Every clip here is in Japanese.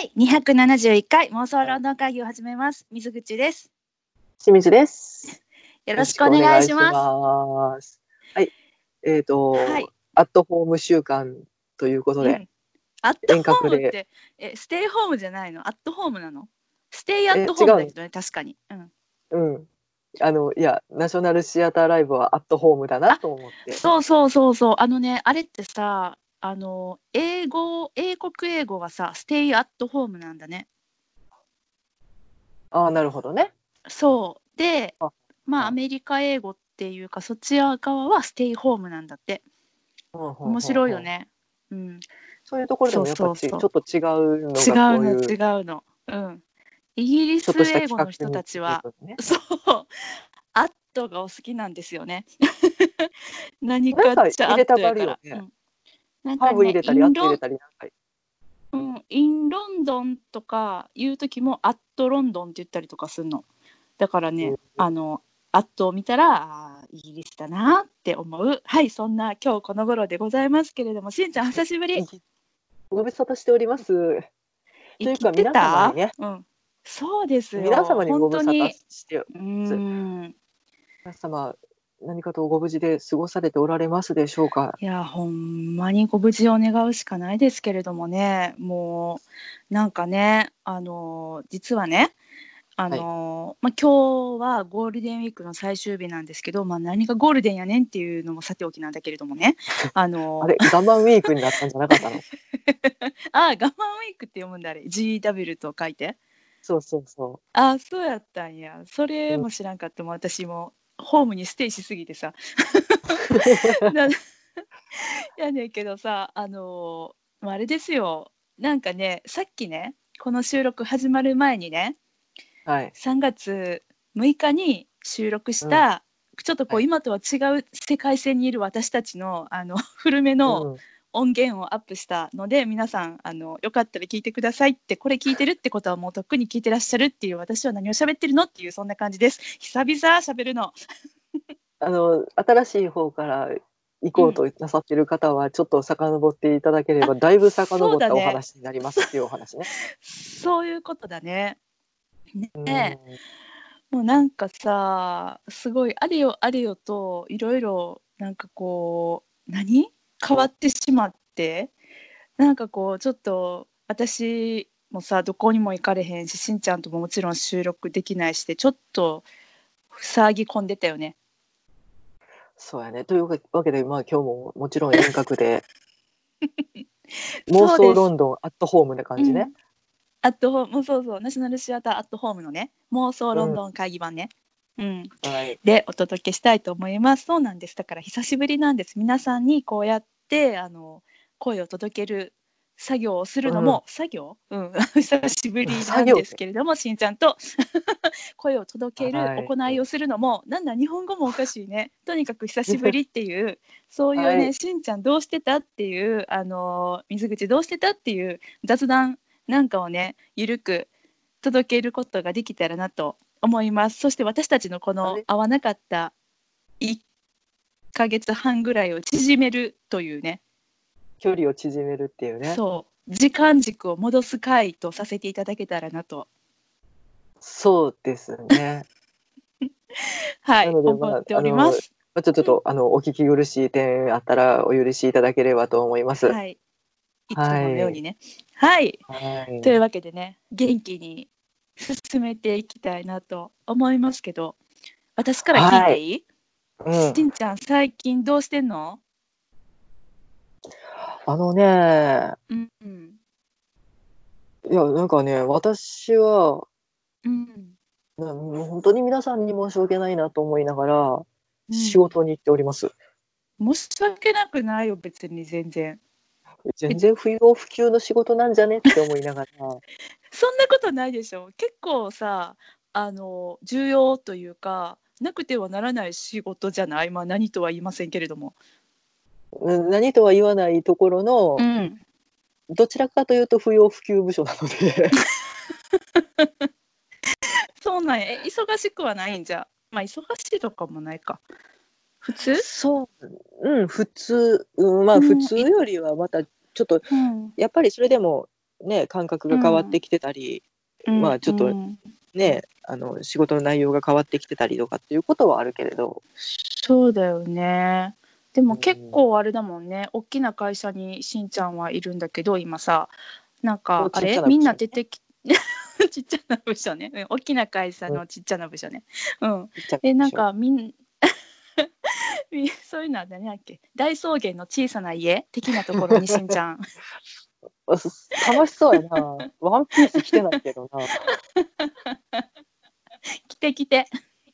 第271回妄想ロンドン会議を始めます。水口です。 清水です。 よろしくお願いします。 はい。 はい、 アットホーム週間ということで、 アットホームってステイホームじゃないの？アットホームなの？ステイアットホームだけどね、確かに。 いや、ナショナルシアターライブはアットホームだなと思って。 そう。あれってさ、英国英語はさ、ステイアットホームなんだね。 ああ、なるほどね。 そうで、アメリカ英語っていうか、そっち側はステイホームなんだって。面白いよね。 そういうところでもやっぱりちょっと違うのが違うの。イギリス英語の人たちは、アットがお好きなんですよね。何かっちゃアットやから。 ハーブ入れたり、アット入れたりインロンドンとか言う時もアットロンドンって言ったりとかするの。だからね、アットを見たらイギリスだなって思う。はい、そんな今日この頃でございますけれども、しんちゃん久しぶり。 ご無沙汰しております。というか皆様にね。 そうですよ。 皆様にご無沙汰して皆様何かとご無事で過ごされておられますでしょうか。 いや、ほんまにご無事を願うしかないですけれどもね。もうなんかね、実はね、今日はゴールデンウィークの最終日なんですけど、何がゴールデンやねんっていうのもさておきなんだけれどもね。 あれ、我慢ウィークになったんじゃなかったの？ 我慢ウィークって読むんだ、あれ。GW と書いて。 そう。 そうやったんや。それも知らんかったもん、私もホームにステイしすぎてさ。やねんけどさ、あれですよ。なんかね、さっきね、この収録始まる前にね、3月6日に収録した、ちょっとこう今とは違う世界線にいる私たちの古めの音源をアップしたので、皆さんよかったら聞いてくださいって、これ聞いてるってことはもうとっくに聞いてらっしゃるっていう、私は何を喋ってるのっていう、そんな感じです。久々喋るの。 新しい方から行こうとなさっている方はちょっと遡っていただければ、だいぶ遡ったお話になりますっていうお話ね。 そういうことだね。もうなんかさ、すごいあれよといろいろなんかこう変わってしまって、なんかこうちょっと私もさ、どこにも行かれへんし、しんちゃんとももちろん収録できないしで、ちょっと騒ぎ込んでたよね。 そうやね。というわけで、今日ももちろん遠隔で妄想ロンドンアットホームな感じね。 アットホーム、そうナショナルシアターアットホームのね、妄想ロンドン会議版ね。でお届けしたいと思います。そうなんです。だから久しぶりなんです。皆さんにこうやって声を届ける作業をするのも、久しぶりなんですけれども、しんちゃんと声を届ける行いをするのも、なんだ日本語もおかしいね。とにかく久しぶりっていうそういうね、しんちゃんどうしてたっていう水口どうしてたっていう雑談なんかをね、ゆるく届けることができたらなと思います。そして私たちのこの会わなかった1ヶ月半ぐらいを縮めるというね、 距離を縮めるっていうね。 時間軸を戻す回とさせていただけたらなと。 そうですね。 はい、思っております。 ちょっとお聞き苦しい点あったらお許しいただければと思います。 はい、いつものようにね。というわけでね、元気に進めていきたいなと思いますけど、私から聞いていい？しんちゃん最近どうしてんの？ いや、なんかね、私は、本当に皆さんに申し訳ないなと思いながら仕事に行っております。 申し訳なくないよ、別に全然不要不急の仕事なんじゃねって思いながらそんなことないでしょ。結構さ、重要というかなくてはならない仕事じゃない。何とは言いませんけれども。 何とは言わないところの、どちらかというと不要不急部署なのでそうなんや。忙しくはないんじゃ。忙しいとかもないか。普通？ 普通。普通よりはまたちょっと、やっぱりそれでもね、感覚が変わってきてたり、まあちょっとね、仕事の内容が変わってきてたりとかっていうことはあるけれど。 そうだよね。でも結構あれだもんね、大きな会社にしんちゃんはいるんだけど、今さ、なんかあれみんな出てきちっちゃな部署ね、大きな会社のちっちゃな部署ね。で、なんかそういうのは何だっけ、大草原の小さな家的なところにしんちゃん。 楽しそうやな。ワンピース着てないけどな。 着て。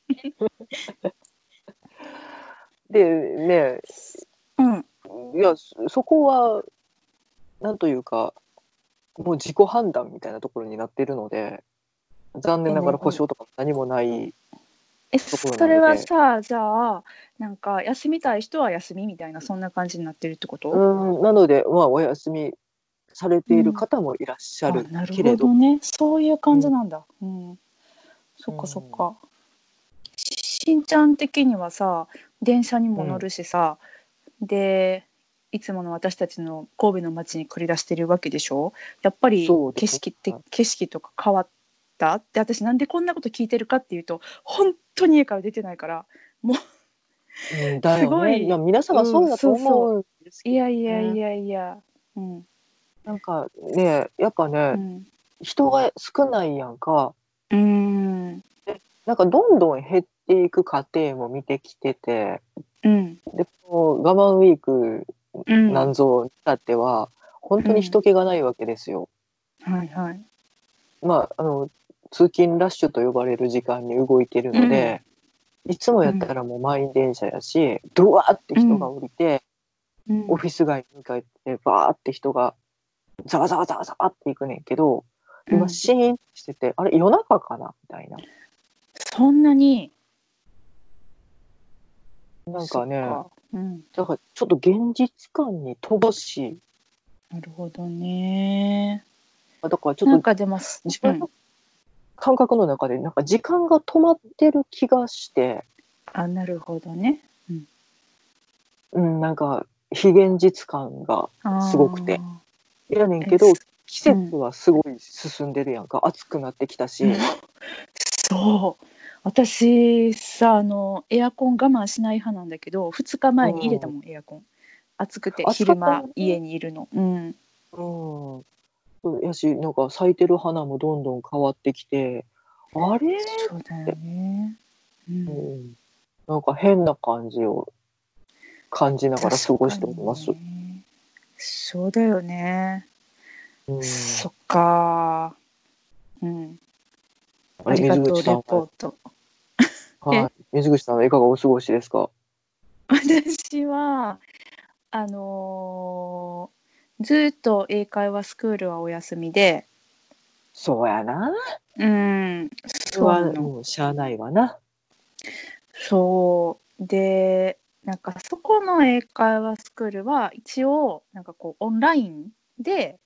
でね、いや、そこはなんというか、もう自己判断みたいなところになっているので、残念ながら保証とか何もないところなので。 それはさ、じゃあなんか休みたい人は休みみたいな、そんな感じになってるってこと？ なので、まあ、お休みされている方もいらっしゃるけれど、 なるほどね、そういう感じなんだ。そっかそっか。しんちゃん的にはさ、電車にも乗るしさ、でいつもの私たちの神戸の街に繰り出してるわけでしょ。やっぱり景色とか変わったって、私なんでこんなこと聞いてるかっていうと、本当に家から出てないから、もうだよね。いや、皆さんはそうだと思うんですけど、ね。 いや、 なんかね、やっぱね、人が少ないやんか。なんかどんどん減っていく過程も見てきてて、でこの我慢ウィークなんぞに至っては本当に人気がないわけですよ。まあ通勤ラッシュと呼ばれる時間に動いてるので、いつもやったらもう満員電車やし、ドワーって人が降りて、オフィス街に向かってバーって人がザワザワザワザワっていくねんけど、今シーンってしてて、あれ夜中かなみたいな。 そんなになんかね、だからちょっと現実感に乏しい。 なるほどね。 だからちょっとなんかでも自分の感覚の中でなんか時間が止まってる気がして。 なるほどね。 なんか非現実感がすごくて。やねんけど、季節はすごい進んでるやんか。暑くなってきたし。 そう。私さ、エアコン我慢しない派なんだけど、2日前に入れたもん、エアコン。暑くて昼間家にいるの。 やし、なんか咲いてる花もどんどん変わってきて、あれ？ そうだよね。 なんか変な感じを感じながら過ごしております。 そうだよね。そっか。ありがとう、レポート。 はい。水口さんはいかがお過ごしですか？ 私はずっと英会話スクールはお休みで。 そうやな。 そうなの。 もうしゃあないわな。 そうで、なんかそこの英会話スクールは一応なんかこうオンラインで、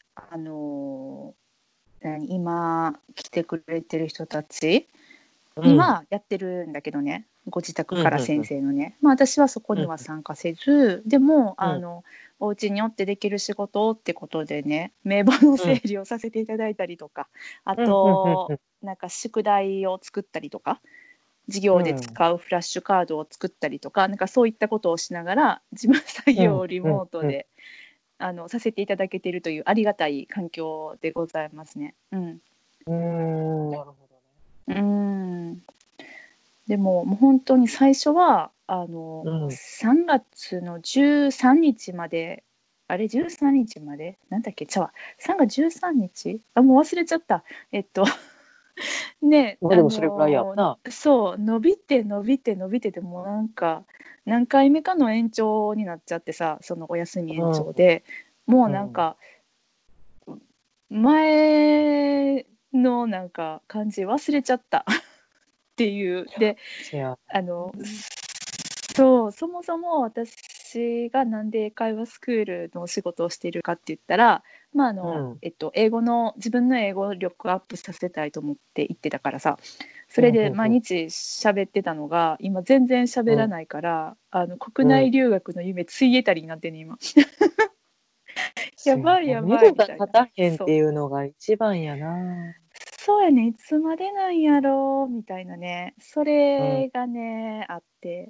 今来てくれてる人たちにはやってるんだけどね、ご自宅から先生のね、私はそこには参加せず、でもお家によってできる仕事ってことでね、名簿の整理をさせていただいたりとか、あとなんか宿題を作ったりとか、授業で使うフラッシュカードを作ったりとか、なんかそういったことをしながら事務作業をリモートでさせていただけているというありがたい環境でございますね。なるほどね。でももう本当に最初は3月の13日まで、13日までなんだっけ、3月13日もう忘れちゃった。ね、 でもそれぐらいやな。 そう伸びてでもなんか何回目かの延長になっちゃってさ、そのお休み延長で、もうなんか前のなんか感じ忘れちゃったっていう。でそもそも私がなんで会話スクールのお仕事をしているかって言ったら、英語の自分の英語力アップさせたいと思って行ってたからさ、それで毎日喋ってたのが今全然喋らないから、国内留学の夢ついえたりになってね今やばいやばい目処が立たへんっていうのが一番やな。 そうやね、いつまでなんやろみたいなね、それがね、あって、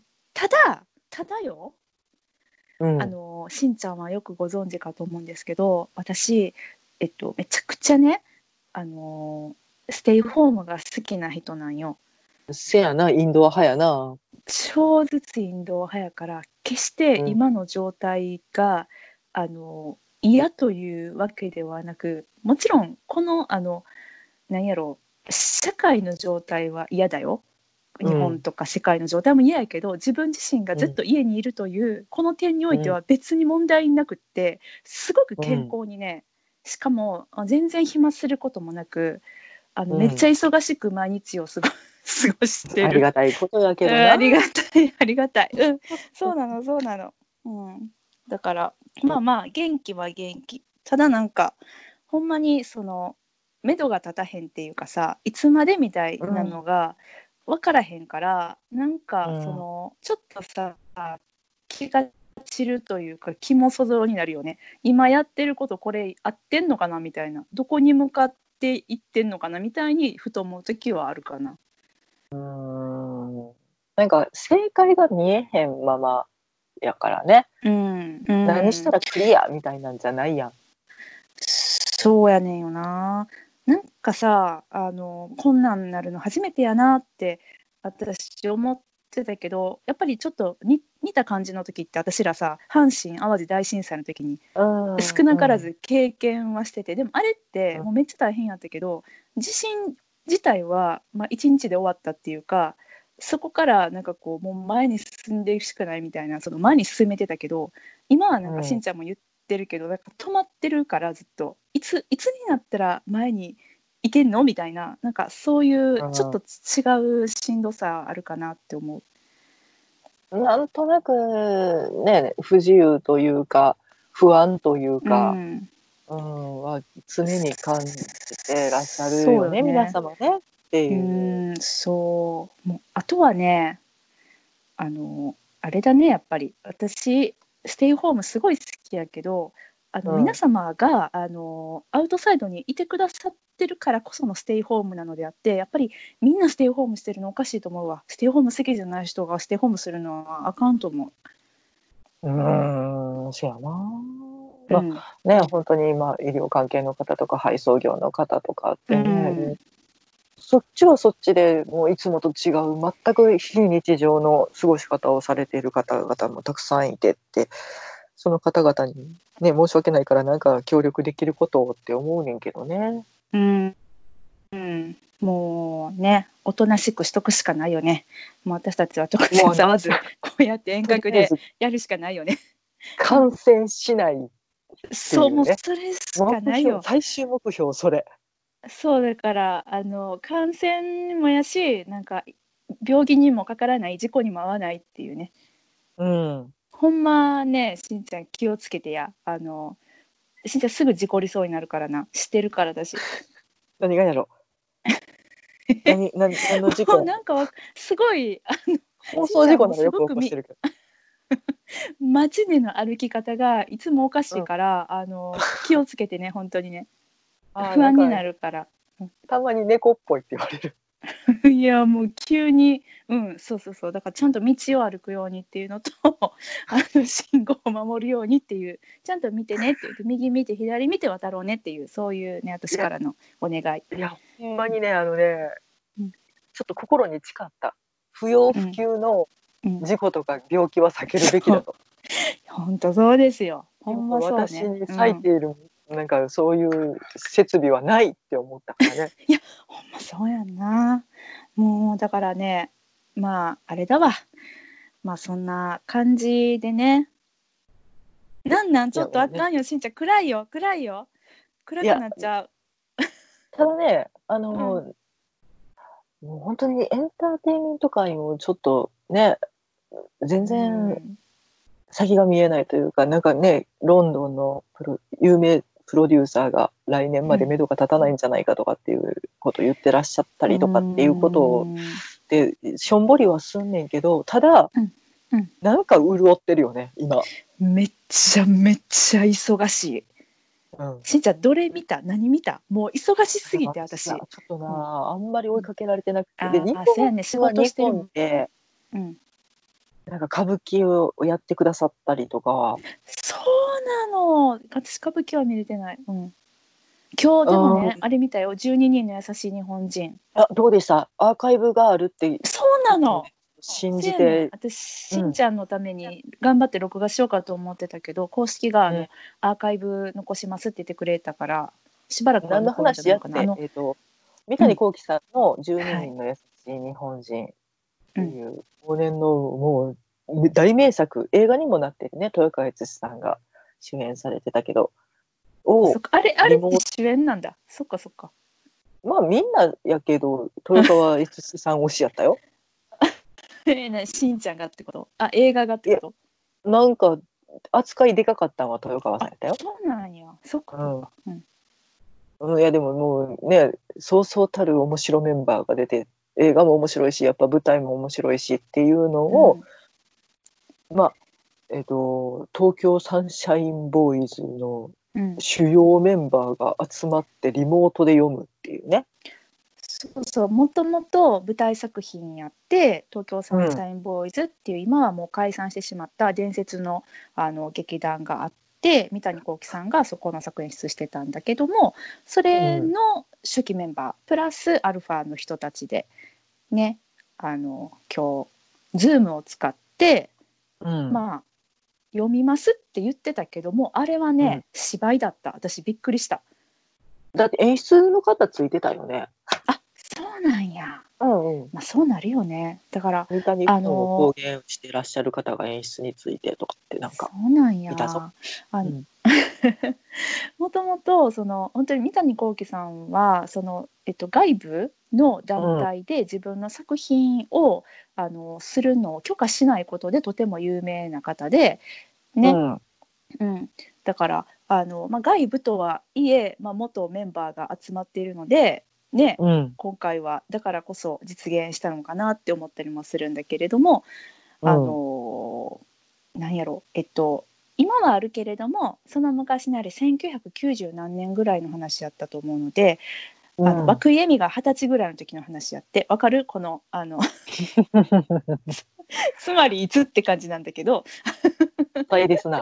ただよ、しんちゃんはよくご存知かと思うんですけど、私、めちゃくちゃね、ステイホームが好きな人なんよ。 せやな、インドア派やな。 超絶インドア派やから、決して今の状態が、嫌というわけではなく、もちろんこのなんやろう、社会の状態は嫌だよ。日本とか世界の状態も嫌やけど、自分自身がずっと家にいるというこの点においては別に問題なくって、すごく健康にね、しかも全然暇することもなく、めっちゃ忙しく毎日を過ごしてる。 ありがたいことやけどな。 ありがたいありがたい。そうなのそうなの。だからまあまあ元気は元気。ただなんかほんまに目処が立たへんっていうかさ、いつまでみたいなのが分からへんから、なんかちょっとさ、気が散るというか気もそぞろになるよね。今やってることこれ合ってんのかなみたいな、どこに向かっていってんのかなみたいにふと思う時はあるかな。 なんか正解が見えへんままやからね。何したらクリアみたいなんじゃないやん。 そうやねんよな。なんかさ、こんなんなるの初めてやなって私思ってたけど、やっぱりちょっと似た感じの時って私らさ、阪神・淡路大震災の時に少なからず経験はしてて、でもあれってもうめっちゃ大変やったけど、地震自体は1日で終わったっていうか、そこからなんかこうもう前に進んでいくしかないみたいな、その前に進めてたけど、今はなんかしんちゃんも言ってるけど、なんか止まってるから、ずっといつになったら前に行けんのみたいな、なんかそういうちょっと違うしんどさあるかなって思う。なんとなくね、不自由というか不安というか、は常に感じてらっしゃるよね、皆様ねっていう。 そう。もうあとはね、あれだね、やっぱり私ステイホームすごい好きやけど、皆様がアウトサイドにいてくださってるからこそのステイホームなのであって、やっぱりみんなステイホームしてるのおかしいと思うわ。ステイホーム好きじゃない人がステイホームするのはあかんと思う。 そうやな。ね、本当に今医療関係の方とか配送業の方とかってね、そっちはそっちでもういつもと違う全く非日常の過ごし方をされている方々もたくさんいてって、その方々にね、申し訳ないからなんか協力できることをって思うねんけどね。 もうね、おとなしくしとくしかないよね。もう私たちは直接会わず、こうやって遠隔でやるしかないよね。 感染しないっていうね。 そう、もうそれしかないよ。 最終目標それ。 そうだから感染もやし、なんか病気にもかからない、事故にも遭わないっていうね。ほんまね、しんちゃん気をつけてや。しんちゃんすぐ事故りそうになるからな。知ってるからだし。 何がやろ何の事故？ なんかすごい放送事故ならよく起こしてるけど。 街での歩き方がいつもおかしいから、気をつけてね、本当にね。不安になるから。 たまに猫っぽいって言われる。 いやもう急に、そうだからちゃんと道を歩くようにっていうのと信号を守るようにっていう、ちゃんと見てねって言って、右見て左見て渡ろうねっていう、そういうね、私からのお願い。 いやほんまにね、ちょっと心に誓った。不要不急の事故とか病気は避けるべきだと。 本当そうですよ。ほんまそうね。 私に割いている、なんかそういう設備はないって思ったからね。 いやほんまそうやんな。もうだからね、あれだわ。そんな感じでね。なんちょっとあかんよ、しんちゃん、暗いよ暗くなっちゃう。 ただね、もう本当にエンターテインメント界もちょっとね、全然先が見えないというか、なんかね、ロンドンの有名プロデューサーが来年まで目処が立たないんじゃないかとかっていうことを言ってらっしゃったりとかっていうことでしょんぼりはすんねんけど、ただ、なんか潤ってるよね今。 めっちゃ忙しい。 うん、 しんちゃんどれ見た？何見た？もう忙しすぎて私。 ちょっとな、あんまり追いかけられてなくて、で、日そうやね、仕本は日事してるもん。 本で、 うん。 なんか歌舞伎をやってくださったりとか。 そうなの。私歌舞伎は見れてない。うん。今日でもね、あれ見たよ。12人の優しい日本人。 どうでした？アーカイブがあるってそうなの。 信じせやねん。 て。 私、しんちゃんのために頑張って録画しようかと思ってたけど、公式がアーカイブ残しますって言ってくれたから、しばらくは何の残るんじゃないかな。 話やって、三谷幸喜さんの12 はい。 人の優しい日本人っていう、5年のもう大名作、映画にもなってるね、豊川悦司さんが主演されてたけど、 そっか、あれって主演なんだ。そっかそっか。 まあみんなやけど、豊川悦司さん推しやったよ。 しんちゃんがってこと？映画がってこと？ なんか扱いでかかったのは豊川さんやったよ。 そうなんや。そっかそっか。 いやでももうね、そうそうたる面白メンバーが出て、映画も面白いし、やっぱ舞台も面白いしっていうのを、まあ東京サンシャインボーイズの主要メンバーが集まってリモートで読むっていうね。 そうそう、もともと舞台作品やって東京サンシャインボーイズっていう、今はもう解散してしまった伝説の、劇団があって、三谷幸喜さんがそこの作演出してたんだけども、それの初期メンバープラスアルファの人たちでね、今日 Zoom を使って、まあ読みますって言ってたけども、あれはね、芝居だった。私びっくりした。 だって演出の方ついてたよね。 そうなんや。 うんうん。 まあそうなるよね。だから三谷君を公言してらっしゃる方が演出についてとかってなんかそうなんや。 見たぞ。 もともと本当に三谷幸喜さんは外部の団体で自分の作品を、するのを許可しないことでとても有名な方でね、だから外部とはいえ、元メンバーが集まっているのでね、今回はだからこそ実現したのかなって思ったりもするんだけれども、なんやろ今はあるけれども、その昔にあれ1990何年ぐらいの話やったと思うので、涌井絵美が20歳ぐらいの時の話やって、わかる？このつまりいつって感じなんだけど大変ですな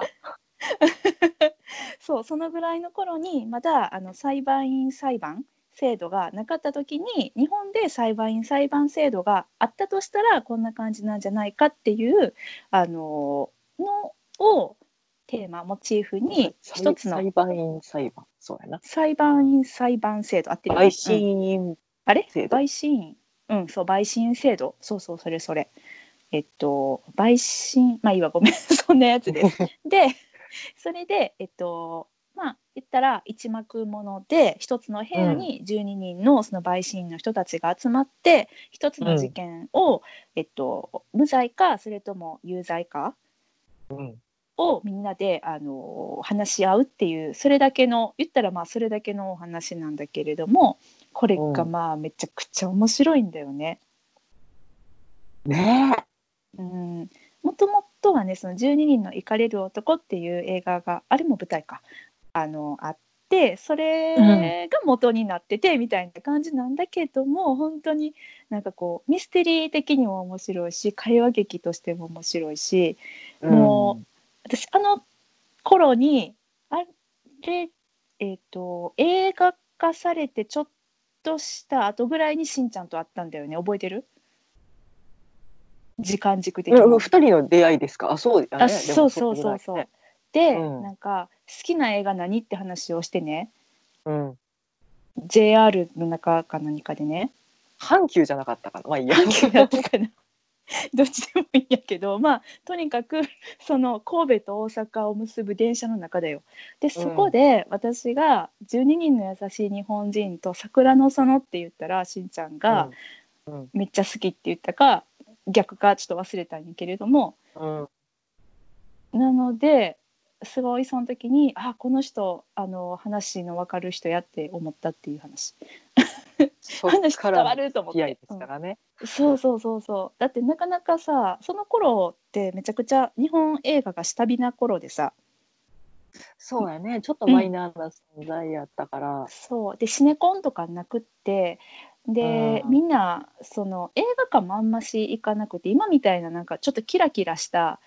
そう、そのぐらいの頃にまだ裁判員裁判制度がなかった時に、日本で裁判員裁判制度があったとしたらこんな感じなんじゃないかっていうのをテーマモチーフに一つの裁判員裁判、そうやな。 裁判員裁判制度、合ってるよね。 陪審員あれ制度。 陪審員、そう、陪審制度、そうそう、それそれ。陪審、まあいいわ、ごめんそんなやつですでそれで言ったら一幕もので一つの部屋に12人のその陪審員の人たちが集まって一つの事件を、無罪かそれとも有罪かをみんなで話し合うっていう、それだけの言ったらそれだけのお話なんだけれども、これがめちゃくちゃ面白いんだよね。 ねえ。もともとはね、その12人のイカれる男っていう映画があれも舞台かあって、それが元になっててみたいな感じなんだけども、本当になんかこうミステリー的にも面白いし、会話劇としても面白いし、もう私頃にあれ、映画化されてちょっとした後ぐらいにしんちゃんと会ったんだよね。覚えてる？時間軸的に。 2人の出会いですか？そうやね。 そうそうそうそう。で、なんか好きな映画何って話をしてね、JR の中か何かでね、 阪急じゃなかったかな、まあいいや、 阪急だったかなどっちでもいいんやけど、とにかくその神戸と大阪を結ぶ電車の中だよ。でそこで私が12人の優しい日本人と桜の園って言ったら、しんちゃんがめっちゃ好きって言ったか逆かちょっと忘れたんやけれども、なのですごいその時にこの人話の分かる人やって思ったっていう話話伝わると思って、そうそうそうそう。だってなかなかさ、その頃ってめちゃくちゃ日本映画が下火な頃でさ、 そうやね、ちょっとマイナーな存在やったから。 そうでシネコンとかなくって、でみんなその映画館もあんまし行かなくて、今みたいななんかちょっとキラキラした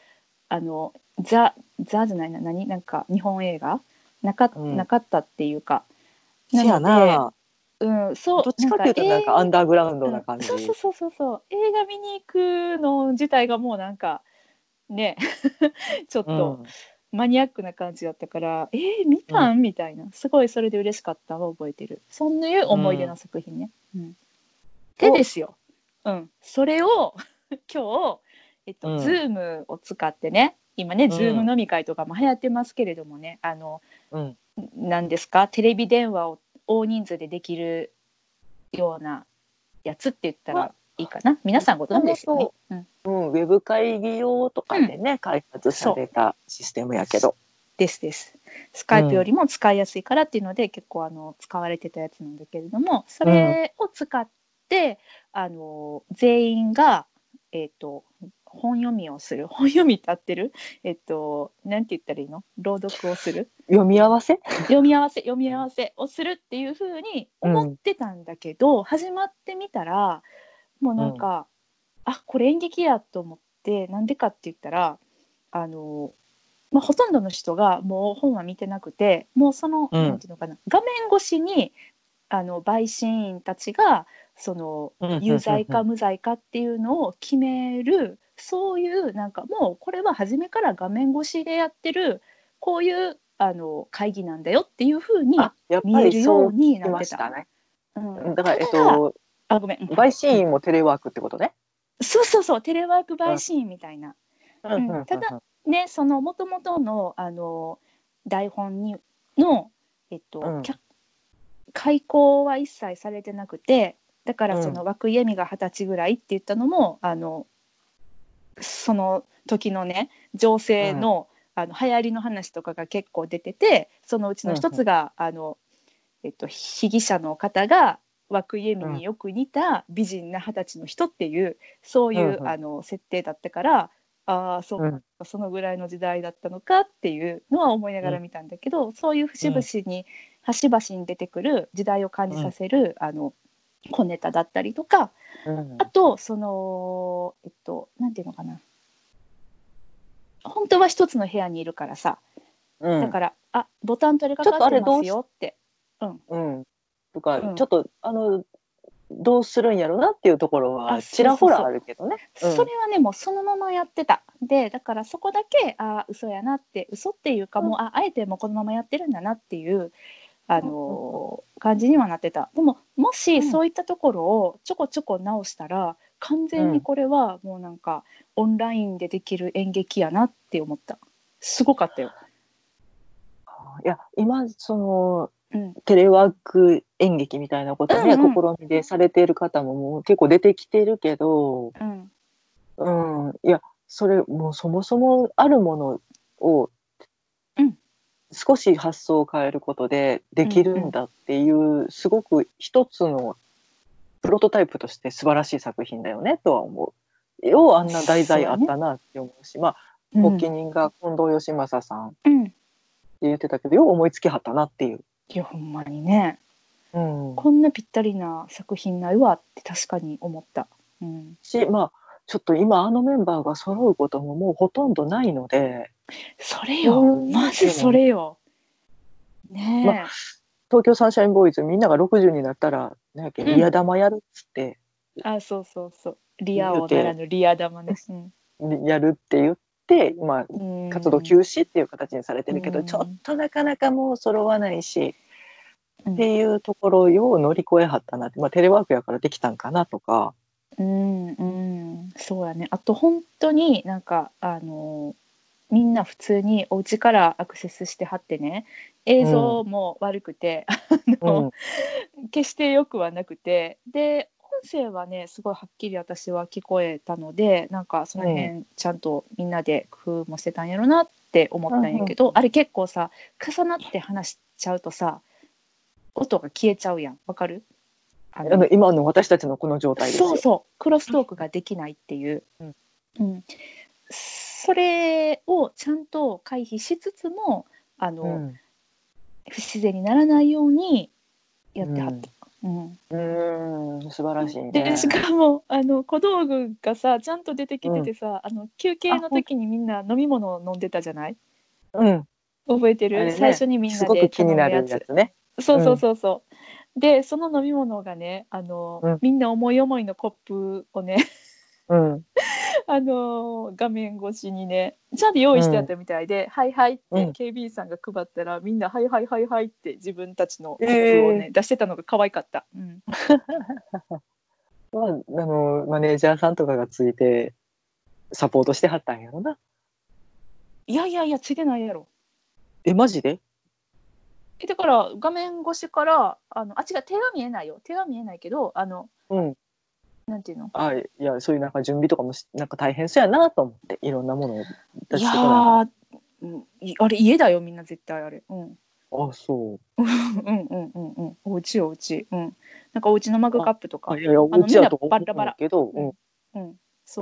ザじゃないな、なんか日本映画なかったっていうか、 なので、そうどっちかっていうとなんかアンダーグラウンドな感じ。 そう映画見に行くの自体がもうなんかねちょっとマニアックな感じだったから、見たんみたいな、すごいそれで嬉しかったのを覚えてる。そんないう思い出の作品ね。でですよ、それを今日、Zoom を使ってね、今ね、Zoom 飲み会とかも流行ってますけれどもね、何ですか、テレビ電話を大人数でできるようなやつって言ったらいいかな、皆さんご存知ですよね。 ウェブ会議用とかでね、開発されたシステムやけど。 です。スカイプよりも使いやすいからっていうので、結構使われてたやつなんだけれども、それを使って、全員が、本読みをする。本読みって合ってる？なんて言ったらいいの？朗読をする？ 読み合わせをするっていうふうに思ってたんだけど、始まってみたら、もうなんか、これ演劇やと思って、なんでかって言ったら、ほとんどの人がもう本は見てなくて、もうその、なんていうのかな、画面越しに陪審員たちがその有罪か無罪かっていうのを決める、そういうなんかもうこれは初めから画面越しでやってるこういう会議なんだよっていうふうに見えるようになってた。 だからごめん、陪審員もテレワークってことね。 そうテレワーク陪審員みたいな。ただね、その元々の台本の開講は一切されてなくて、だからその涌井絵美が20歳ぐらいって言ったのもその時のね情勢の、流行りの話とかが結構出てて、そのうちの一つが、被疑者の方が涌井絵美によく似た美人な20歳の人っていうそういう、設定だったから、そのぐらいの時代だったのかっていうのは思いながら見たんだけど、そういう節々に端々に出てくる時代を感じさせる、小ネタだったりとか、あとそのなんていうのかな、本当は一つの部屋にいるからさ、だからボタン取れかかってますよって、 とか、ちょっとどうするんやろうなっていうところはちらほらあるけどね。 それはねもうそのままやってた。でだからそこだけ嘘やなって、嘘っていうかもうあえてもうこのままやってるんだなっていう感じにはなってた。でももしそういったところをちょこちょこ直したら、完全にこれはもうなんかオンラインでできる演劇やなって思った。すごかったよ。 いや今そのテレワーク演劇みたいなことね、試みでされている方ももう結構出てきてるけど、いやそれもうそもそもあるものを少し発想を変えることでできるんだっていう、すごく一つのプロトタイプとして素晴らしい作品だよねとは思う。ようあんな題材あったなって思うし、発起人が近藤義正さんって言ってたけど、よう思いつきはったなっていう。 いやほんまにね、こんなぴったりな作品ないわって確かに思った。 ちょっと今メンバーが揃うことももうほとんどないので、 それよ、まずそれよ。ねえ。 東京サンシャインボーイズみんなが60になったらリア玉やるっつって、 そうリアをならぬリア玉ね、 やるって言って、活動休止っていう形にされてるけど、ちょっとなかなかもう揃わないし、っていうところをよう乗り越えはったなって、テレワークやからできたんかなとか。 そうやね。あと本当になんかみんな普通にお家からアクセスしてはってね、映像も悪くて、決してよくはなくて、で音声はねすごいはっきり私は聞こえたので、なんかその辺ちゃんとみんなで工夫もしてたんやろなって思ったんやけど、あれ結構さ重なって話しちゃうとさ音が消えちゃうやん。わかる？ 今の私たちのこの状態ですよ。 そうクロストークができないっていう、それをちゃんと回避しつつも不自然にならないようにやってはった。 素晴らしいね。 でしかも小道具がさちゃんと出てきててさ、休憩の時にみんな飲み物を飲んでたじゃない？覚えてる？最初にみんなで頼むやつ。そう。でその飲み物がねみんな思い思いのコップをね画面越しにねちゃんと用意してあったみたいで、はいはいって警備員さんが配ったら、みんなはいはいはいはいって自分たちのコップをね、出してたのが可愛かった。 マネージャーさんとかがついてサポートしてはったんやろな。 いやついてないやろ。 マジで？ だから画面越しから違う、手は見えないよ。手は見えないけどなんていうの？ いや、そういうなんか準備とかもなんか大変そうやなと思って、いろんなものを出してこない。あれ家だよみんな絶対あれ。 そう。 おうち。なんかおうちのマグカップとか。 いやおうちやと思うけど。 そう。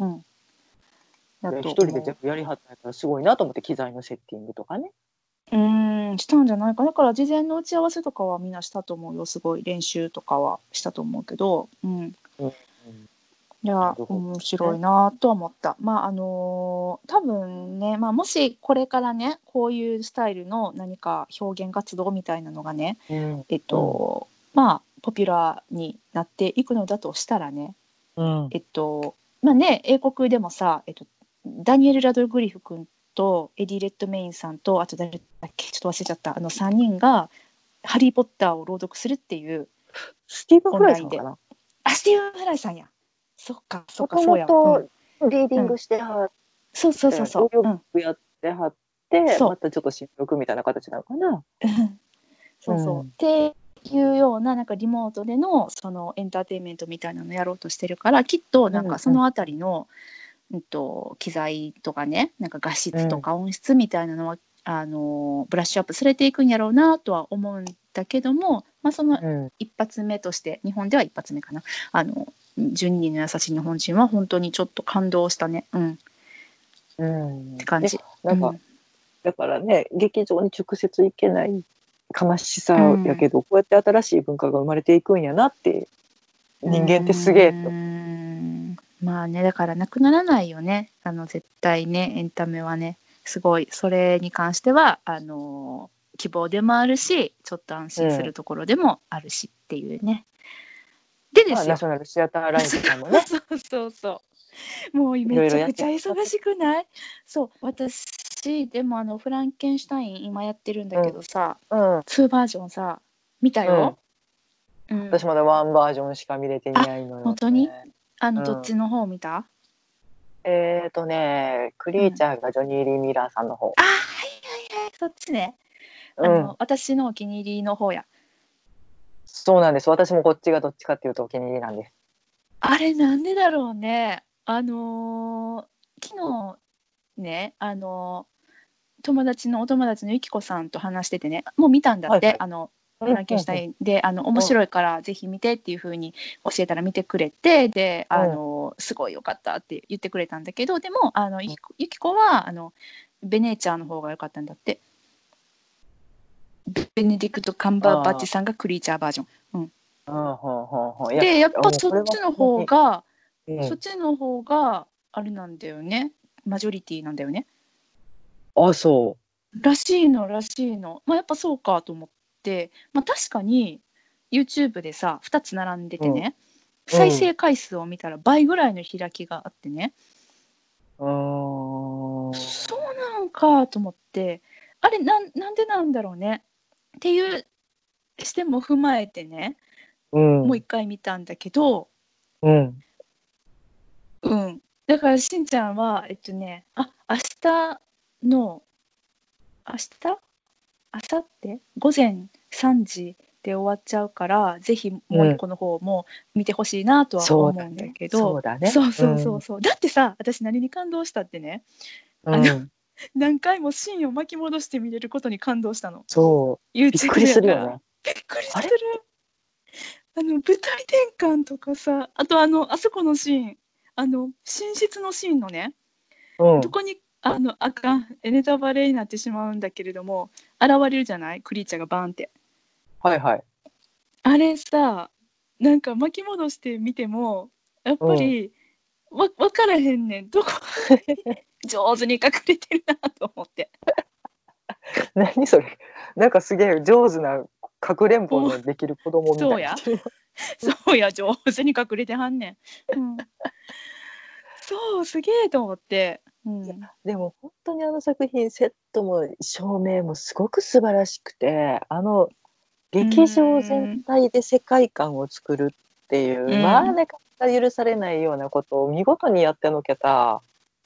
一人で全部やりはったからすごいなと思って、機材のセッティングとかね。 したんじゃないか。だから事前の打ち合わせとかはみんなしたと思うよ。すごい練習とかはしたと思うけど。いや面白いなとは思った。多分ね、もしこれからねこういうスタイルの何か表現活動みたいなのがね、ポピュラーになっていくのだとしたらね、英国でもさ、ダニエル・ラドグリフ君とエディ・レッドメインさんと、あと誰だっけちょっと忘れちゃった、3人がハリー・ポッターを朗読するっていうスティーブン・フライさんかな。 スティーブン・フライさんや。そっかそうや。 もとリーディングしてはって、 そうやってはって、またちょっと新曲みたいな形なのかな。 っていうような、なんかリモートでのそのエンターテインメントみたいなのをやろうとしてるから、きっとなんかそのあたりの、機材とかね、なんか画質とか音質みたいなのは、ブラッシュアップされていくんやろうなとは思うんだけども、その一発目として、日本では一発目かな、12人の優しい日本人は本当にちょっと感動したね。って感じ。 だからね、劇場に直接行けない悲しさやけど、こうやって新しい文化が生まれていくんやなって、人間ってすげえと。 だからなくならないよね。絶対ね、エンタメはね、すごいそれに関しては希望でもあるし、ちょっと安心するところでもあるしっていうね。でですよ、 ナショナルシアターラインとかもね。 そうもうめちゃくちゃ忙しくない？そう、私でもフランケンシュタイン今やってるんだけどさ、2バージョンさ見たよ。 私まだ1バージョンしか見れていないのよ。 本当に？どっちの方見た？ クリーチャーがジョニー・リー・ミラーさんの方。 はい、そっちね。私のお気に入りの方や。 そうなんです。私もこっちがどっちかっていうとお気に入りなんです。 あれなんでだろうね。昨日ね、お友達のゆきこさんと話しててね、もう見たんだって、フランケンシュタインで面白いからぜひ見てっていう風に教えたら見てくれて、ですごい良かったって言ってくれたんだけど、でもゆきこはベネーチャーの方が良かったんだって。ベネディクト・カンバーバッチさんがクリーチャーバージョン。でやっぱそっちの方が、あれなんだよね、マジョリティなんだよね。 そうらしいの。やっぱそうかと思って、確かに YouTube でさ2つ並んでてね、再生回数を見たら倍ぐらいの開きがあってね、そうなんかと思って、あれなんでなんだろうねっていう視点も踏まえてね、もう一回見たんだけど、だからしんちゃんは明日あさって午前3時で終わっちゃうから、ぜひもう一個の方も見てほしいなとは思うんだけど、そうだってさ、私何に感動したってね、何回もシーンを巻き戻して見れることに感動したの。 びっくりするよね。 びっくりする。舞台転換とかさ、あとあそこのシーン、寝室のシーンのね、どこにあかん、ネタバレになってしまうんだけれども、現れるじゃない、クリーチャーがバーンって。 はいはい。 あれさ、なんか巻き戻してみても、やっぱり、分からへんねん。どこ上手に隠れてるなと思って。 何それ。なんかすげえ上手なかくれんぼのできる子供みたいな。 そうや、上手に隠れてはんねん。うん、そう、すげえと思って。うん、 でも本当にあの作品、セットも照明もすごく素晴らしくて、劇場全体で世界観を作るっていう、まあなかなか許されないようなことを見事にやってのけた、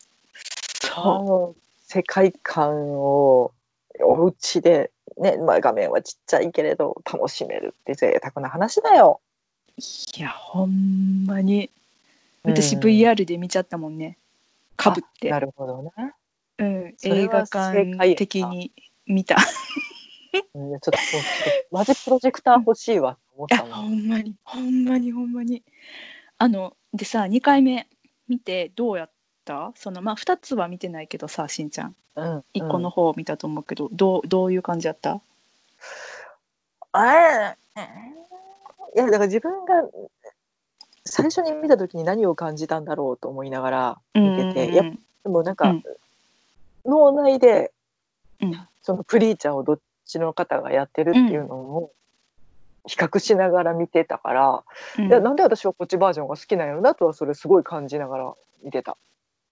世界観をお家で、ね、まあ、画面はちっちゃいけれど楽しめるって贅沢な話だよ。 いや、ほんまに。私 VR で見ちゃったもんね。かぶって。 なるほどね。 うん、映画館的に見た。 ちょっとマジプロジェクター欲しいわと思ったもん。 ほんまにほんまにほんまに。でさ、2回目見てどうやった？まあ2つは見てないけどさ、しんちゃん。1個の方を見たと思うけど、どういう感じだった？ いや、だから自分が最初に見た時に何を感じたんだろうと思いながら見てて、でもなんか、脳内で、そのクリーチャーをどっちの方がやってるっていうのを比較しながら見てたから、いや、なんで私はこっちバージョンが好きなんやろなとはそれすごい感じながら見てた。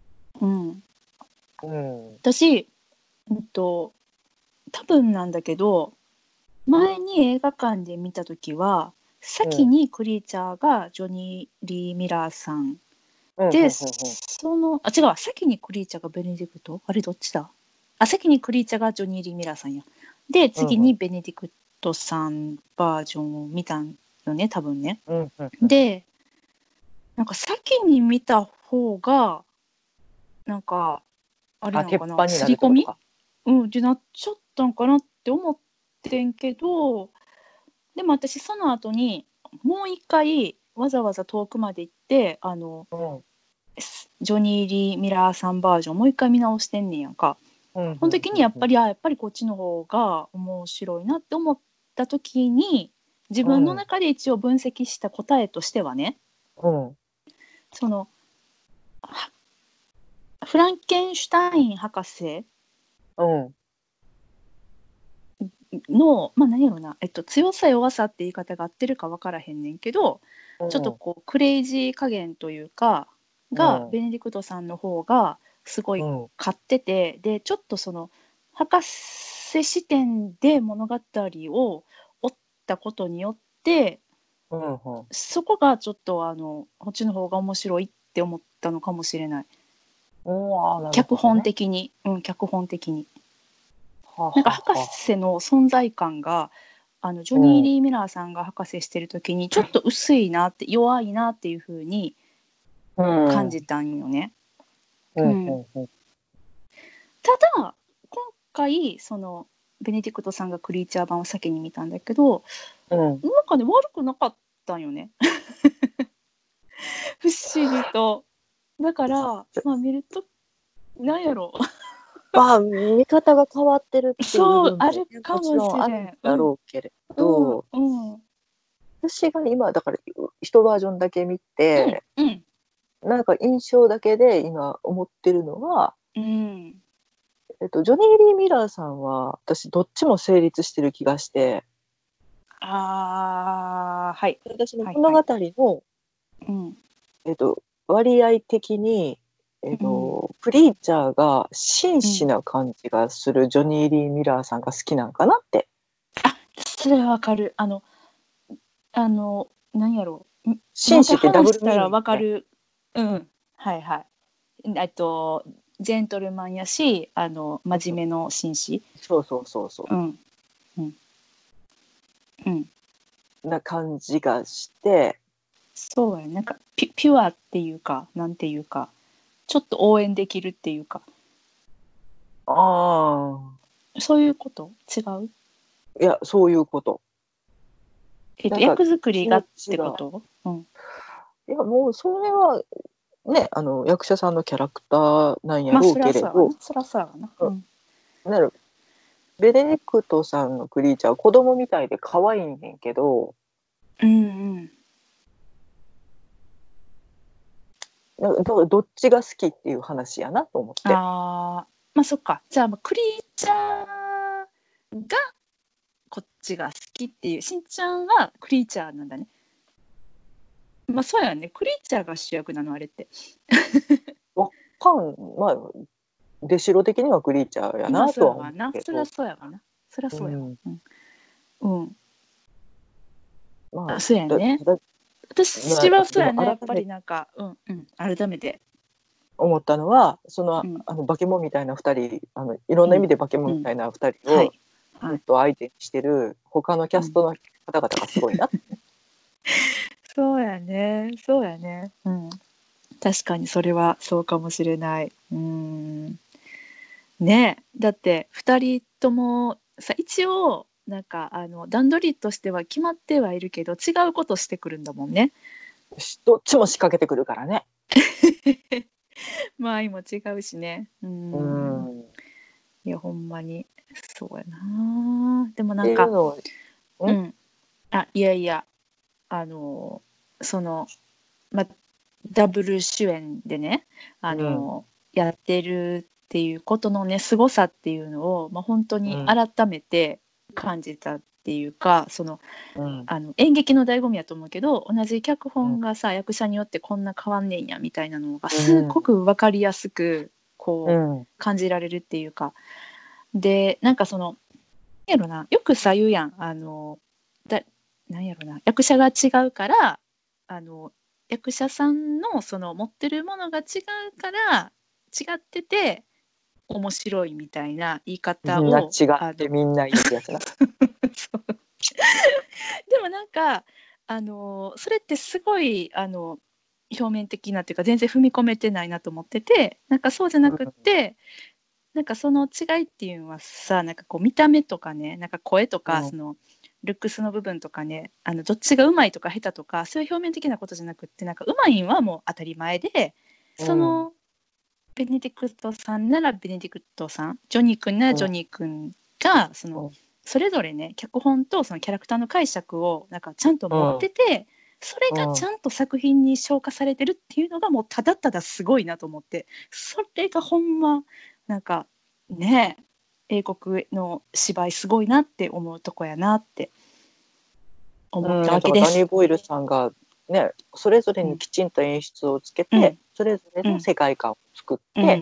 私、多分なんだけど、前に映画館で見た時は先にクリーチャーがジョニー・リー・ミラーさんで、違う、先にクリーチャーがベネディクト、あれどっちだ？先にクリーチャーがジョニー・リー・ミラーさんや。で、次にベネディクトさんバージョンを見たんよね、多分ね。で、なんか先に見た方が、なんか、あれなのかな、刷り込みでなっちゃったんかなって思ってんけど、でも私その後にもう一回わざわざ遠くまで行ってジョニー・リー・ミラーさんバージョンもう一回見直してんねんやんか。その時にやっぱりこっちの方が面白いなって思った時に、自分の中で一応分析した答えとしてはね、そのフランケンシュタイン博士の、まあ何やろな、強さ弱さって言い方が合ってるか分からへんねんけど、ちょっとこうクレイジー加減というかが、ベネディクトさんの方がすごい勝ってて、でちょっとその博士視点で物語を追ったことによって、そこがちょっとこっちの方が面白いって思ったのかもしれない。脚本的に、脚本的に。なんか博士の存在感がジョニー・リー・ミラーさんが博士してる時にちょっと薄いなって、弱いなっていう風に感じたんよね。ただ今回そのベネディクトさんがクリーチャー版を先に見たんだけど、なんかね悪くなかったんよね不思議と。だからまあ見るとなんやろまあ見方が変わってるっていう部分もあるかもしれんあるんだろうけれど、私が今だから一バージョンだけ見て、なんか印象だけで今思ってるのは、ジョニー・リー・ミラーさんは私どっちも成立してる気がして、私の物語の、割合的に、クリーチャーが真摯な感じがするジョニー・リー・ミラーさんが好きなんかなって。 それはわかる。何やろう。 紳士ってダブルミーニング。 話したらわかる。はいはい。ジェントルマンやし、真面目の紳士。 な感じがして。 そうや、なんかピュアっていうか、なんていうか、ちょっと応援できるっていうか。そういうこと？違う？ いや、そういうこと。 役作りがってこと？ いや、もうそれはね、役者さんのキャラクターなんやろうけれど、 そらそうやわな。うん。 ベネディクトさんのクリーチャーは子供みたいで可愛いねんけど、 うんどっちが好きっていう話やなと思って。 まあそっか。じゃあクリーチャーがこっちが好きっていう、しんちゃんはクリーチャーなんだね。まあそうやね。クリーチャーが主役なのあれって。 まあ出城的にはクリーチャーやなとは思うけど。 そりゃそうやわな。そりゃそうやわ。うん。まあそうやね。私はそうやね。やっぱりなんか改めて思ったのは、化け物みたいな2人、いろんな意味で化け物みたいな2人をずっと相手にしてる他のキャストの方々がすごいな。 そうやね。そうやね。うん。確かにそれはそうかもしれない。ね、だって2人ともさ、一応なんか段取りとしては決まってはいるけど違うことしてくるんだもんね。 どっちも仕掛けてくるからね。 間合いも違うしね。いやほんまにそうやな。でもなんかいやいやそのまダブル主演でねやってるっていうことのね凄さっていうのを、本当に改めて感じたっていうか、演劇の醍醐味やと思うけど、同じ脚本がさ、役者によってこんな変わんねんやみたいなのがすっごく分かりやすくこう感じられるっていうか、でなんかやろな、よくさ言うやん、なんやろな、役者が違うから役者さんの持ってるものが違うから違ってて面白いみたいな言い方を違ってみんな言うやつな。 でもなんかそれってすごい表面的なっていうか全然踏み込めてないなと思ってて、なんかそうじゃなくって、なんかその違いっていうのはさ、なんかこう見た目とかね、なんか声とか、ルックスの部分とかね、どっちがうまいとか下手とかそういう表面的なことじゃなくって、なんかうまいんはもう当たり前で、ベネディクトさんならベネディクトさん、ジョニー君ならジョニー君がそれぞれね、脚本とそのキャラクターの解釈をなんかちゃんと持ってて、それがちゃんと作品に昇華されてるっていうのがもうただただすごいなと思って、それがほんまなんかね、英国の芝居すごいなって思うとこやなって思ったわけです。 ダニー・ボイルさんがね、それぞれにきちんと演出をつけて、それぞれの世界観を作って、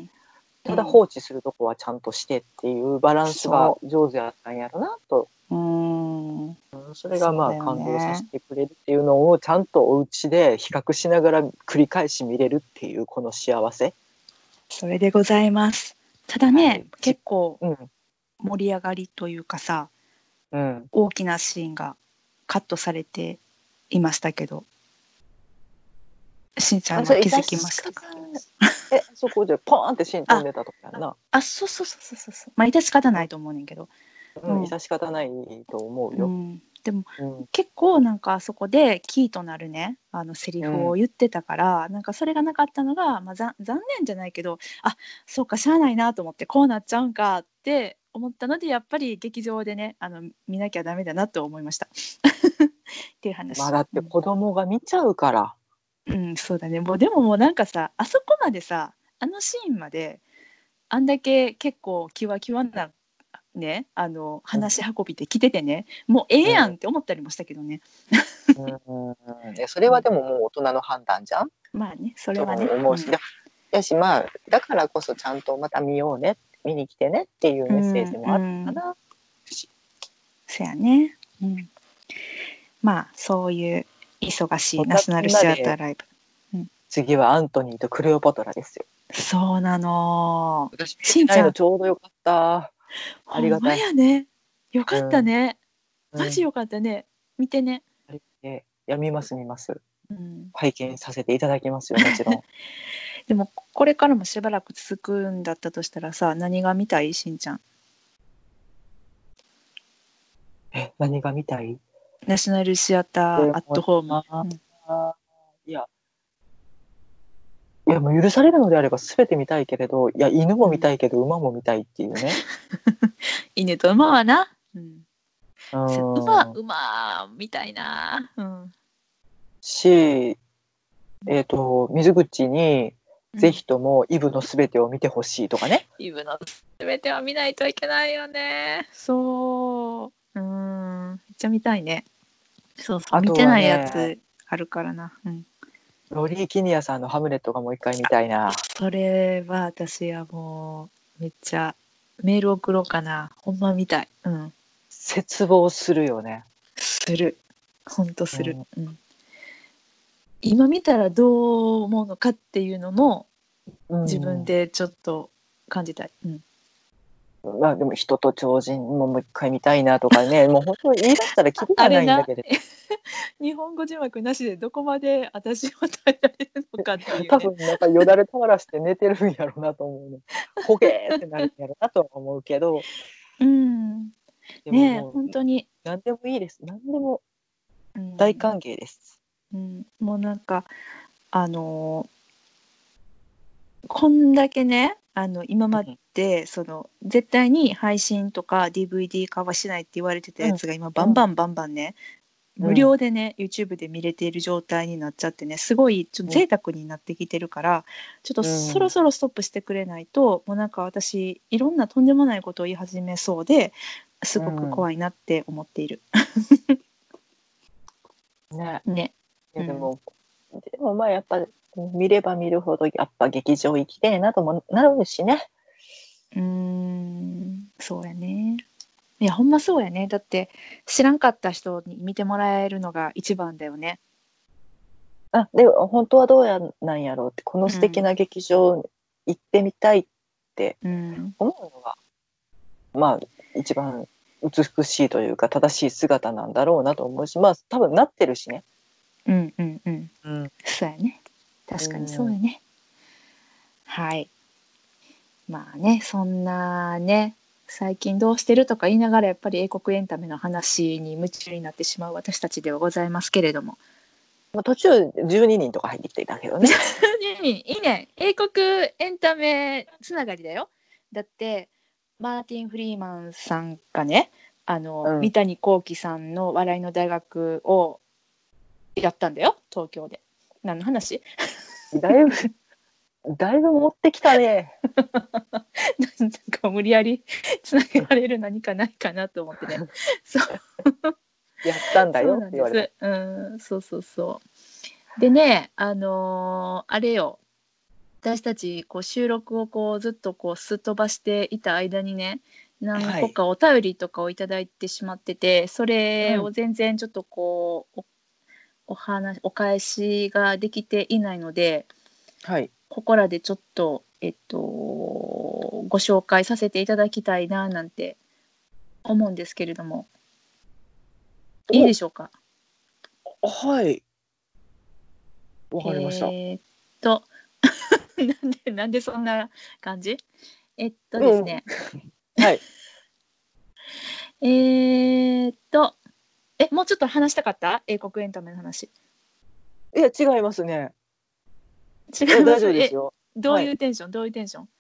ただ放置するとこはちゃんとしてっていうバランスが上手やったんやろなと。それが感動させてくれるっていうのをちゃんとお家で比較しながら繰り返し見れるっていうこの幸せ。 それでございます。ただね、結構盛り上がりというかさ、大きなシーンがカットされていましたけど、しんちゃんは気づきましたか？ そこでポーンってシーン飛んでたとかやな。 そう。致し方ないと思うねんけど。 致し方ないと思うよ。 でも、結構なんかあそこでキーとなるねセリフを言ってたから、なんかそれがなかったのが、残念じゃないけど、そうかしゃあないなと思って、こうなっちゃうんかって思ったので、やっぱり劇場でね見なきゃダメだなと思いましたっていう話。 だって子供が見ちゃうから。 そうだね。でももうなんかさ、あそこまでさ、シーンまであんだけ結構キワキワなね、話し運びで来ててね、もうええやんって思ったりもしたけどね。 それはでももう大人の判断じゃん。 まあね、それはね。 思うし、だからこそちゃんとまた見ようね、見に来てねっていうメッセージもあるかな。 そやね。そういう忙しいナショナルシアターライブ。 次はアントニーとクレオパトラですよ。 そうなの。 私見てないのちょうどよかった。ありがたい。 ほんまやね。よかったね。マジよかったね。見てね。 見ます。拝見させていただきますよ、もちろん。 でもこれからもしばらく続くんだったとしたらさ、何が見たい？しんちゃん。 何が見たい？ ナショナルシアターアットホーム。 いや、 いや、もう許されるのであれば全て見たいけれど、いや、犬も見たいけど、馬も見たいっていうね。 犬と馬はな、 うん馬みたいな、 し、水口にぜひともイブのすべてを見てほしいとかね。 イブのすべては見ないといけないよね。そう、めっちゃ見たいね。そうそう、見てないやつあるからな。 ロリー・キニアさんのハムレットがもう一回見たいな。 それは私はもうめっちゃメール送ろうかな。ほんま見たい。 絶望するよね。 する。ほんとする。今見たらどう思うのかっていうのも自分でちょっと感じたい。 まあでも人と超人ももう一回見たいなとかね、もう本当に言い出したらキリがないんだけど。 日本語字幕なしでどこまで私は耐えられるのかっていう、ね、 多分なんかよだれ垂らして寝てるんやろうなと思うね。ほげーってなるんやろうなとは思うけど。でもねえ、本当に何でもいいです。何でも大歓迎です。 もうなんかこんだけね今まで絶対に配信とか DVD 化はしないって言われてたやつが今バンバンね、無料でね YouTube で見れている状態になっちゃってね、すごいちょっと贅沢になってきてるから、ちょっとそろそろストップしてくれないと、もうなんか私いろんなとんでもないことを言い始めそうですごく怖いなって思っている。 ね。いやでもまあやっぱ見れば見るほどやっぱ劇場行きてえなともなるしね。 そうやね。いやほんまそうやね。だって知らんかった人に見てもらえるのが一番だよね。 で本当はどうやなんやろうって、この素敵な劇場行ってみたいって思うのが、まあ一番美しいというか正しい姿なんだろうなと思うし、まあ多分なってるしね。 そうやね。確かにそうやね。はい。まあね、そんなね、最近どうしてるとか言いながらやっぱり英国エンタメの話に夢中になってしまう私たちではございますけれども。 途中12人とか入ってきていたけどね。 12人いいね。英国エンタメつながりだよ。だってマーティン・フリーマンさんがね、三谷幸喜さんの笑いの大学をやったんだよ、東京で。何の話？ だいぶ持ってきたね。 なんか無理やりつなげられる何かないかなと思ってね。そうやったんだよって言われて。 そうでね、あれよ、私たちこう収録をこうずっとこうすっ飛ばしていた間にね、何個かお便りとかをいただいてしまってて、それを全然ちょっとこうお返しができていないので、ここらでちょっとご紹介させていただきたいななんて思うんですけれども、いいでしょうか？ はい、わかりました。 なんでそんな感じ？ですね。 はい。 もうちょっと話したかった？英国エンタメの話。 いや違いますね。 違います。 大丈夫ですよ。 どういうテンション？どういうテンション？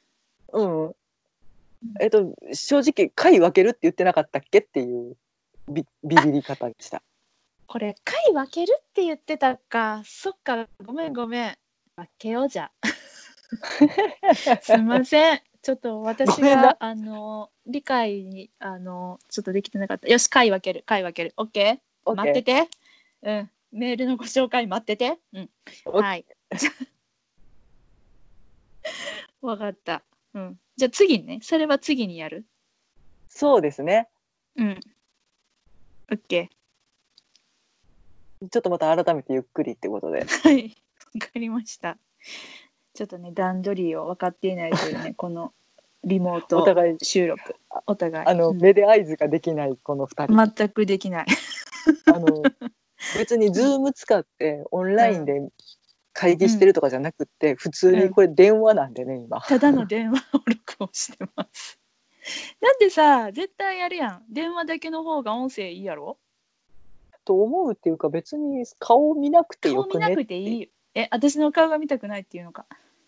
正直回分けるって言ってなかったっけっていうビビり方でした。 これ回分けるって言ってたか。そっか、ごめん分けようじゃ。すいません。ちょっと私が理解にちょっとできてなかった。よし、回分ける。OK？待ってて。メールのご紹介待ってて。はい。わかった。じゃあ次ね。それは次にやる？ そうですね。 OK。 ちょっとまた改めてゆっくりってことで。 はい。わかりました。ちょっとね、段取りを分かっていないというね、このリモート収録。お互い。 目で合図ができないこの2 人。全くできない。 別に Zoom 使ってオンラインで会議してるとかじゃなくって、普通にこれ電話なんでね、今。 ただの電話を録音してます。なんでさ、絶対やるやん。電話だけの方が音声いいやろ？ と思うっていうか、別に顔見なくてよくね。 顔見なくていい。私の顔が見たくないっていうのか。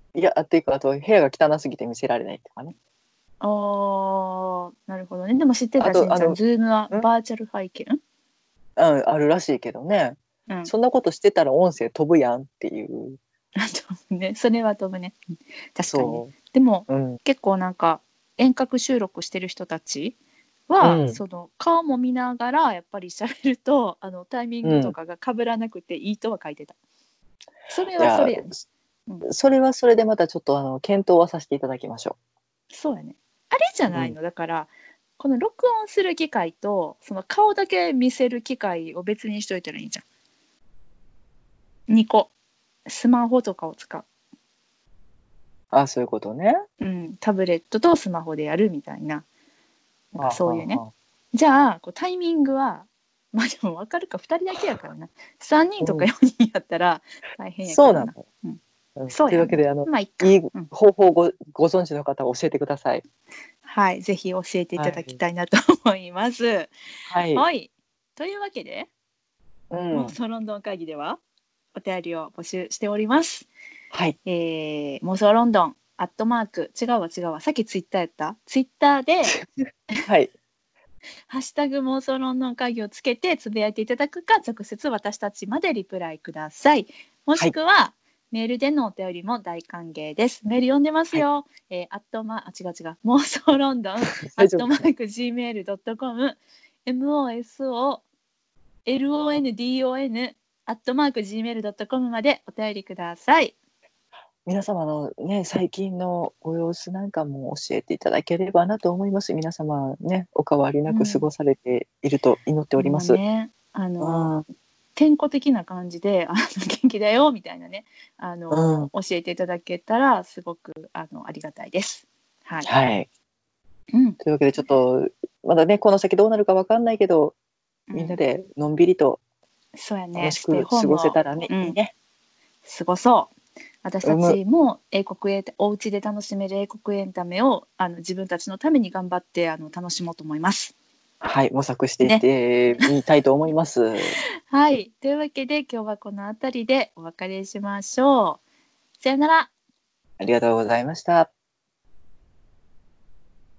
いや、っていうか、あと部屋が汚すぎて見せられないとかね。 あー、なるほどね。でも知ってた、 あと、 しんちゃん、ズームはバーチャル背景。 あるらしいけどね。そんなことしてたら音声飛ぶやんっていう。 ね、それは飛ぶね。確かにね。でも、結構なんか遠隔収録してる人たちは、その顔も見ながらやっぱり喋るとタイミングとかが被らなくていいとは書いてた。それはそれやね。 それはそれでまたちょっと検討はさせていただきましょう。そうやね。あれじゃないの、だからこの録音する機会とその顔だけ見せる機会を別にしといたらいいじゃん。2個スマホとかを使う。 あ、そういうことね。 タブレットとスマホでやるみたいな。なんかそういうね。じゃあタイミングはまあでも分かるか、2人だけやからな。3人とか4人やったら大変やからな。 というわけでいい方法をご存知の方は教えてください。 はい、ぜひ教えていただきたいなと思います。はい。というわけで、妄想ロンドン会議ではお便りを募集しております。 はい。 妄想ロンドン違うわ。さっきツイッターやった。ツイッターで、 はい。 ハッシュタグ妄想ロンドン会議をつけてつぶやいていただくか、直接私たちまでリプライください。もしくは、メールでのお便りも大歓迎です。メール読んでますよ。違う。妄想ロンドン@gmail.com mosolondon@gmail.com までお便りください。 皆様のね、最近のご様子なんかも教えていただければなと思います。皆様ね、お変わりなく過ごされていると祈っております。 健康的な感じで元気だよみたいなね教えていただけたらすごくありがたいです。はい。はい。 というわけでちょっとまだねこの先どうなるかわかんないけど、みんなでのんびりと楽しく過ごせたらね、いいね。 過ごそう。私たちもお家で楽しめる英国エンタメを自分たちのために頑張って楽しもうと思います。 はい、模索していってみたいと思います。 はい、というわけで今日はこの辺りでお別れしましょう。さよなら。 ありがとうございました。